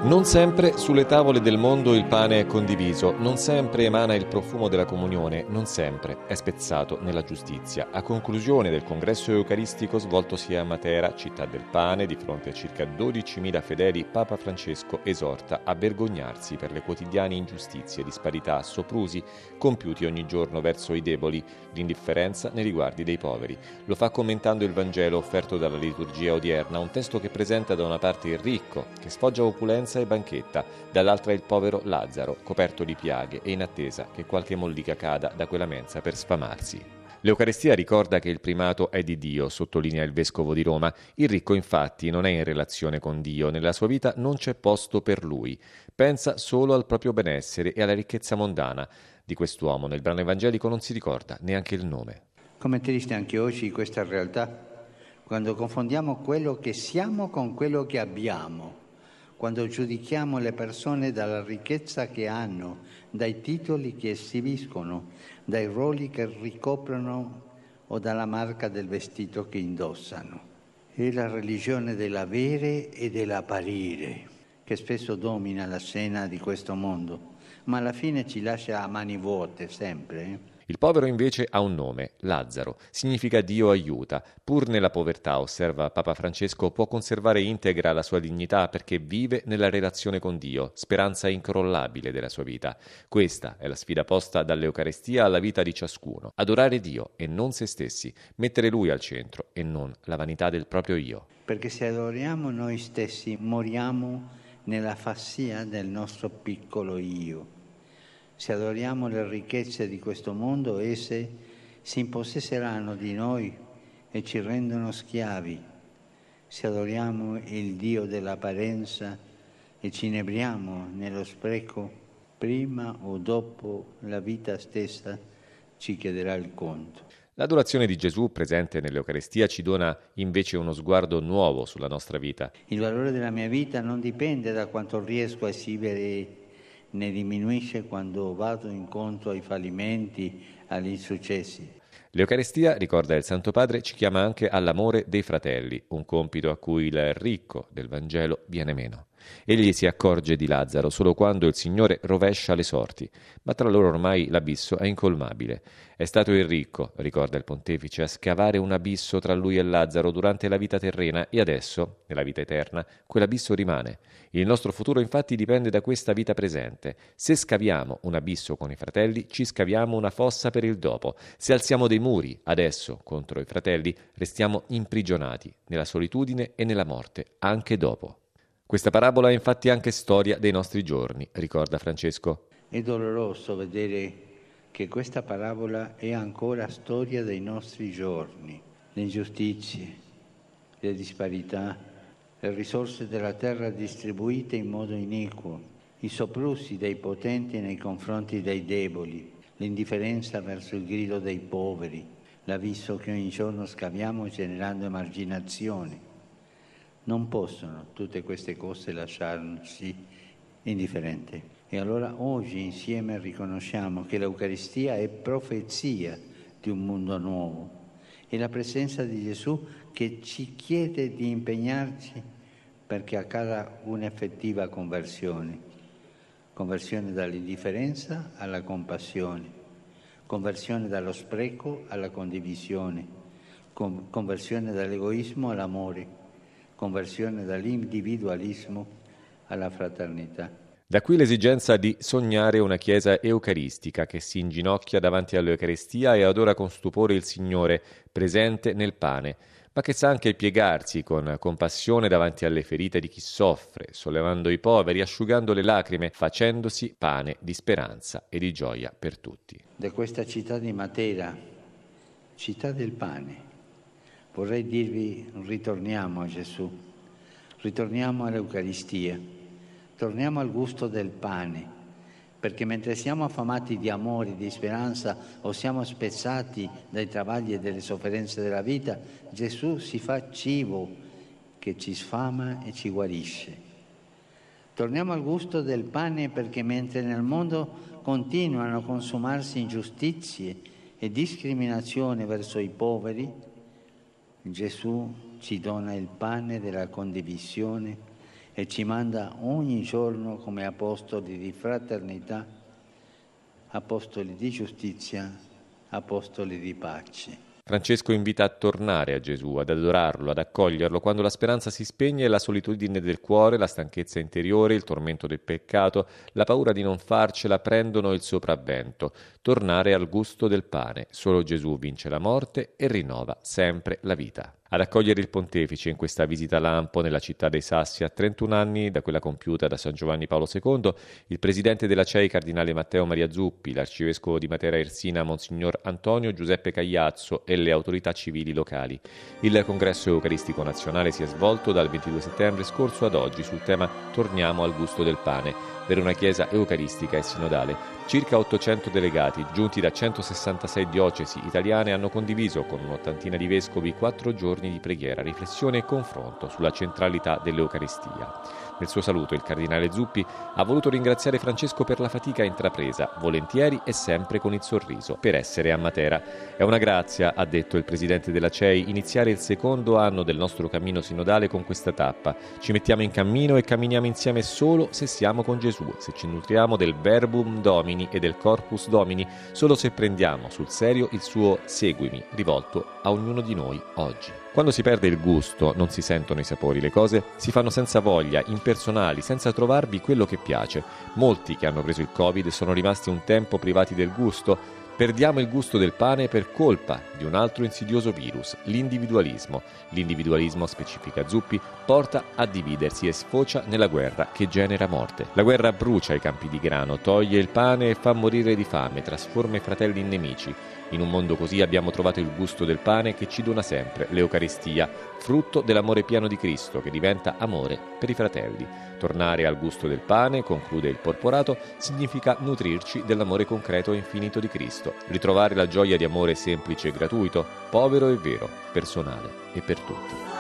Non sempre sulle tavole del mondo il pane è condiviso, non sempre emana il profumo della comunione, non sempre è spezzato nella giustizia. A conclusione del congresso eucaristico svoltosi a Matera, città del pane, di fronte a circa 12.000 fedeli, Papa Francesco esorta a vergognarsi per le quotidiane ingiustizie e disparità, soprusi compiuti ogni giorno verso i deboli, l'indifferenza nei riguardi dei poveri. Lo fa commentando il Vangelo offerto dalla liturgia odierna, un testo che presenta da una parte il ricco, che sfoggia opulenza e banchetta, dall'altra il povero Lazzaro, coperto di piaghe e in attesa che qualche mollica cada da quella mensa per sfamarsi. L'Eucarestia ricorda che il primato è di Dio, sottolinea il vescovo di Roma. Il ricco infatti non è in relazione con Dio, nella sua vita non c'è posto per lui. Pensa solo al proprio benessere e alla ricchezza mondana. Di quest'uomo nel brano evangelico non si ricorda neanche il nome. Com'è triste anche oggi questa realtà, quando confondiamo quello che siamo con quello che abbiamo, quando giudichiamo le persone dalla ricchezza che hanno, dai titoli che esibiscono, dai ruoli che ricoprono o dalla marca del vestito che indossano. È la religione dell'avere e dell'apparire che spesso domina la scena di questo mondo, ma alla fine ci lascia a mani vuote sempre. Il povero invece ha un nome, Lazzaro, significa Dio aiuta. Pur nella povertà, osserva Papa Francesco, può conservare integra la sua dignità perché vive nella relazione con Dio, speranza incrollabile della sua vita. Questa è la sfida posta dall'Eucarestia alla vita di ciascuno. Adorare Dio e non se stessi, mettere Lui al centro e non la vanità del proprio io. Perché se adoriamo noi stessi, moriamo nella fascia del nostro piccolo io. Se adoriamo le ricchezze di questo mondo, esse si impossesseranno di noi e ci rendono schiavi. Se adoriamo il Dio dell'apparenza e ci inebriamo nello spreco, prima o dopo la vita stessa ci chiederà il conto. L'adorazione di Gesù presente nell'Eucarestia ci dona invece uno sguardo nuovo sulla nostra vita. Il valore della mia vita non dipende da quanto riesco a esibere, ne diminuisce quando vado incontro ai fallimenti, agli insuccessi. L'Eucarestia, ricorda il Santo Padre, ci chiama anche all'amore dei fratelli, un compito a cui il ricco del Vangelo viene meno. Egli si accorge di Lazzaro solo quando il Signore rovescia le sorti, ma tra loro ormai l'abisso è incolmabile. È stato il ricco, ricorda il pontefice, a scavare un abisso tra lui e Lazzaro durante la vita terrena e adesso, nella vita eterna, quell'abisso rimane. Il nostro futuro infatti dipende da questa vita presente. Se scaviamo un abisso con i fratelli, ci scaviamo una fossa per il dopo. Se alziamo dei muri, adesso, contro i fratelli, restiamo imprigionati nella solitudine e nella morte, anche dopo. Questa parabola è infatti anche storia dei nostri giorni, ricorda Francesco. È doloroso vedere che questa parabola è ancora storia dei nostri giorni. Le ingiustizie, le disparità, le risorse della terra distribuite in modo iniquo, i soprusi dei potenti nei confronti dei deboli, l'indifferenza verso il grido dei poveri, l'abisso che ogni giorno scaviamo generando emarginazione. Non possono tutte queste cose lasciarci indifferenti. E allora oggi insieme riconosciamo che l'Eucaristia è profezia di un mondo nuovo. È la presenza di Gesù che ci chiede di impegnarci perché accada un'effettiva conversione. Conversione dall'indifferenza alla compassione. Conversione dallo spreco alla condivisione. Conversione dall'egoismo all'amore. Conversione dall'individualismo alla fraternità. Da qui l'esigenza di sognare una Chiesa eucaristica che si inginocchia davanti all'Eucaristia e adora con stupore il Signore presente nel pane, ma che sa anche piegarsi con compassione davanti alle ferite di chi soffre, sollevando i poveri, asciugando le lacrime, facendosi pane di speranza e di gioia per tutti. Da questa città di Matera, città del pane, vorrei dirvi: ritorniamo a Gesù, ritorniamo all'Eucaristia, torniamo al gusto del pane, perché mentre siamo affamati di amore, di speranza o siamo spezzati dai travagli e dalle sofferenze della vita, Gesù si fa cibo che ci sfama e ci guarisce. Torniamo al gusto del pane perché mentre nel mondo continuano a consumarsi ingiustizie e discriminazione verso i poveri, Gesù ci dona il pane della condivisione e ci manda ogni giorno come apostoli di fraternità, apostoli di giustizia, apostoli di pace. Francesco invita a tornare a Gesù, ad adorarlo, ad accoglierlo quando la speranza si spegne e la solitudine del cuore, la stanchezza interiore, il tormento del peccato, la paura di non farcela prendono il sopravvento. Tornare al gusto del pane. Solo Gesù vince la morte e rinnova sempre la vita. Ad accogliere il pontefice in questa visita lampo nella città dei Sassi a 31 anni da quella compiuta da San Giovanni Paolo II, il presidente della CEI cardinale Matteo Maria Zuppi, l'arcivescovo di Matera Irsina Monsignor Antonio Giuseppe Cagliazzo e le autorità civili locali. Il congresso eucaristico nazionale si è svolto dal 22 settembre scorso ad oggi sul tema Torniamo al gusto del pane, per una chiesa eucaristica e sinodale. Circa 800 delegati, giunti da 166 diocesi italiane, hanno condiviso con un'ottantina di vescovi 4 giorni di preghiera, riflessione e confronto sulla centralità dell'Eucaristia. Nel suo saluto il cardinale Zuppi ha voluto ringraziare Francesco per la fatica intrapresa, volentieri e sempre con il sorriso, per essere a Matera. È una grazia, ha detto il presidente della CEI, iniziare il secondo anno del nostro cammino sinodale con questa tappa. Ci mettiamo in cammino e camminiamo insieme solo se siamo con Gesù, se ci nutriamo del Verbum Domini e del Corpus Domini, solo se prendiamo sul serio il suo seguimi, rivolto a ognuno di noi oggi. Quando si perde il gusto, non si sentono i sapori, le cose si fanno senza voglia, impersonali, senza trovarvi quello che piace. Molti che hanno preso il Covid sono rimasti un tempo privati del gusto. Perdiamo il gusto del pane per colpa di un altro insidioso virus, l'individualismo. L'individualismo, specifica Zuppi, porta a dividersi e sfocia nella guerra che genera morte. La guerra brucia i campi di grano, toglie il pane e fa morire di fame, trasforma i fratelli in nemici. In un mondo così abbiamo trovato il gusto del pane che ci dona sempre l'Eucaristia, frutto dell'amore pieno di Cristo che diventa amore per i fratelli. Tornare al gusto del pane, conclude il porporato, significa nutrirci dell'amore concreto e infinito di Cristo, ritrovare la gioia di amore semplice e gratuito, povero e vero, personale e per tutti.